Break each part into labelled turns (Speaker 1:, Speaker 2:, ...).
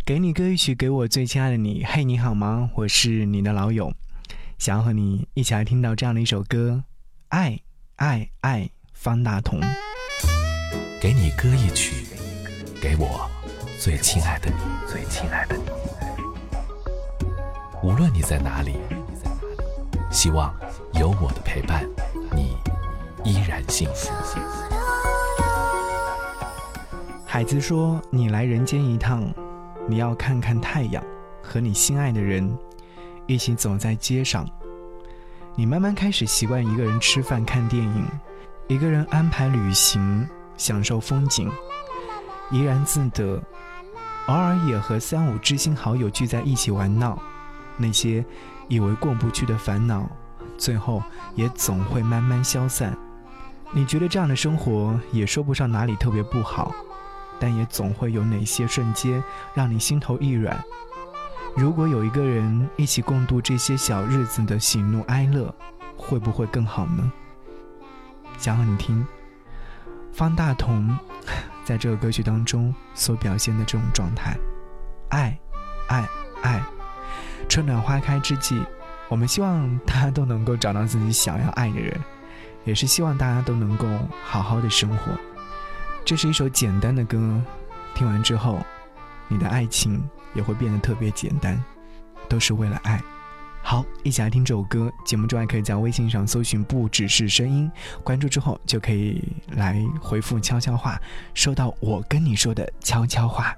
Speaker 1: 给你歌一曲，给我最亲爱的你。嘿，你好吗？我是你的老友，想要和你一起来听到这样的一首歌，爱爱爱，方大同。
Speaker 2: 给你歌一曲，给我最亲爱的你，最亲爱的你。无论你在哪里，希望有我的陪伴，你依然幸福。
Speaker 1: 海子说，你来人间一趟，你要看看太阳，和你心爱的人一起走在街上。你慢慢开始习惯一个人吃饭看电影，一个人安排旅行，享受风景，怡然自得。偶尔也和3、5知心好友聚在一起玩闹，那些以为过不去的烦恼，最后也总会慢慢消散。你觉得这样的生活也说不上哪里特别不好，但也总会有哪些瞬间让你心头一软。如果有一个人一起共度这些小日子的喜怒哀乐，会不会更好呢？想和你听方大同在这个歌曲当中所表现的这种状态，爱爱爱。春暖花开之际，我们希望大家都能够找到自己想要爱的人，也是希望大家都能够好好的生活。这是一首简单的歌，听完之后你的爱情也会变得特别简单，都是为了爱。好，一起来听这首歌。节目之外可以在微信上搜寻不只是声音，关注之后就可以来回复悄悄话，收到我跟你说的悄悄话。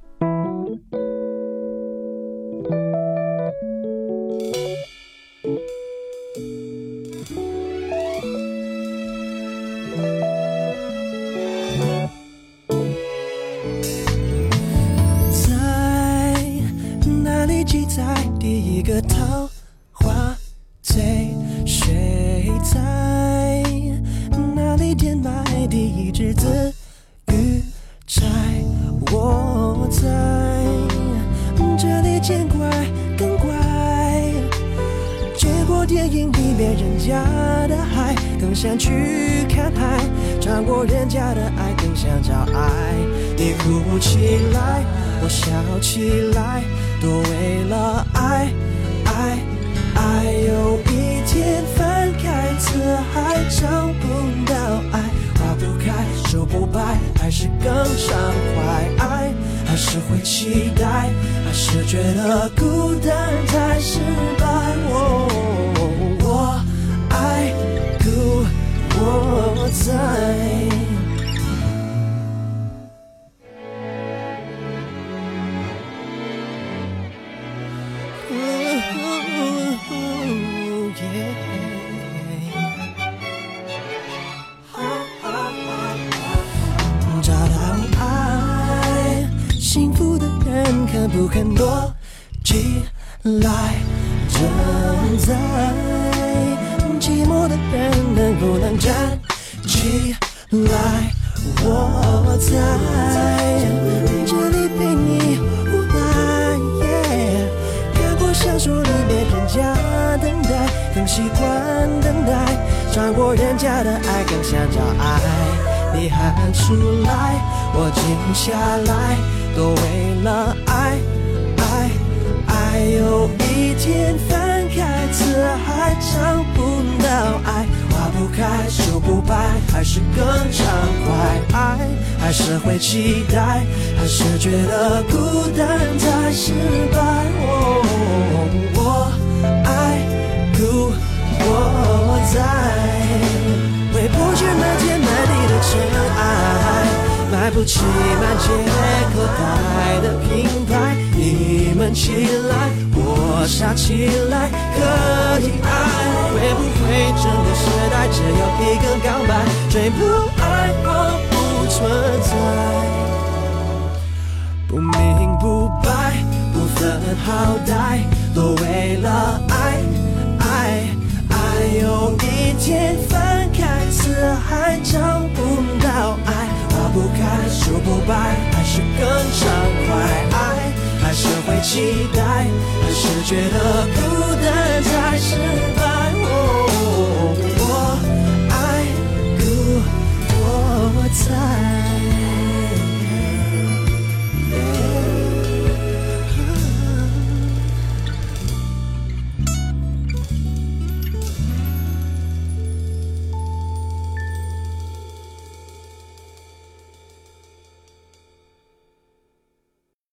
Speaker 3: 记在第一个桃花醉，谁在哪里填埋第一只紫玉钗？我在这里见怪更怪，结果电影里面人家的海，更想去看海，尝过人家的爱，更想找爱。你哭起来，我笑起来，都为了爱爱爱。有一天翻开词海，找不到爱，花不开手不白，还是更畅快。爱还是会期待，还是觉得孤单才失败。我爱故我在。找到爱，幸福的人肯不肯躲起来？正在寂寞的人能不能站起来？我在这里陪你无奈，看过小说里面人家等待，更习惯等待，尝过人家的爱，更想找爱。你喊出来，我静下来，都为了爱爱爱。有一天翻开词海，找不到爱，花不开手不白，还是更畅快。爱还是会期待，还是觉得孤单才失败。我爱故我在，回不去满天满地的尘埃，买不起满街口袋的品牌。你们起来，我傻起来，可以爱。会不会整个时代只有一个告白，最不爱我不存在，不明不白，不分好歹，都为了爱爱爱。有一天翻开词海，找不到爱，花不开手不白，还是更畅快。爱还是会期待，还是觉得孤单才失败。我爱故我在。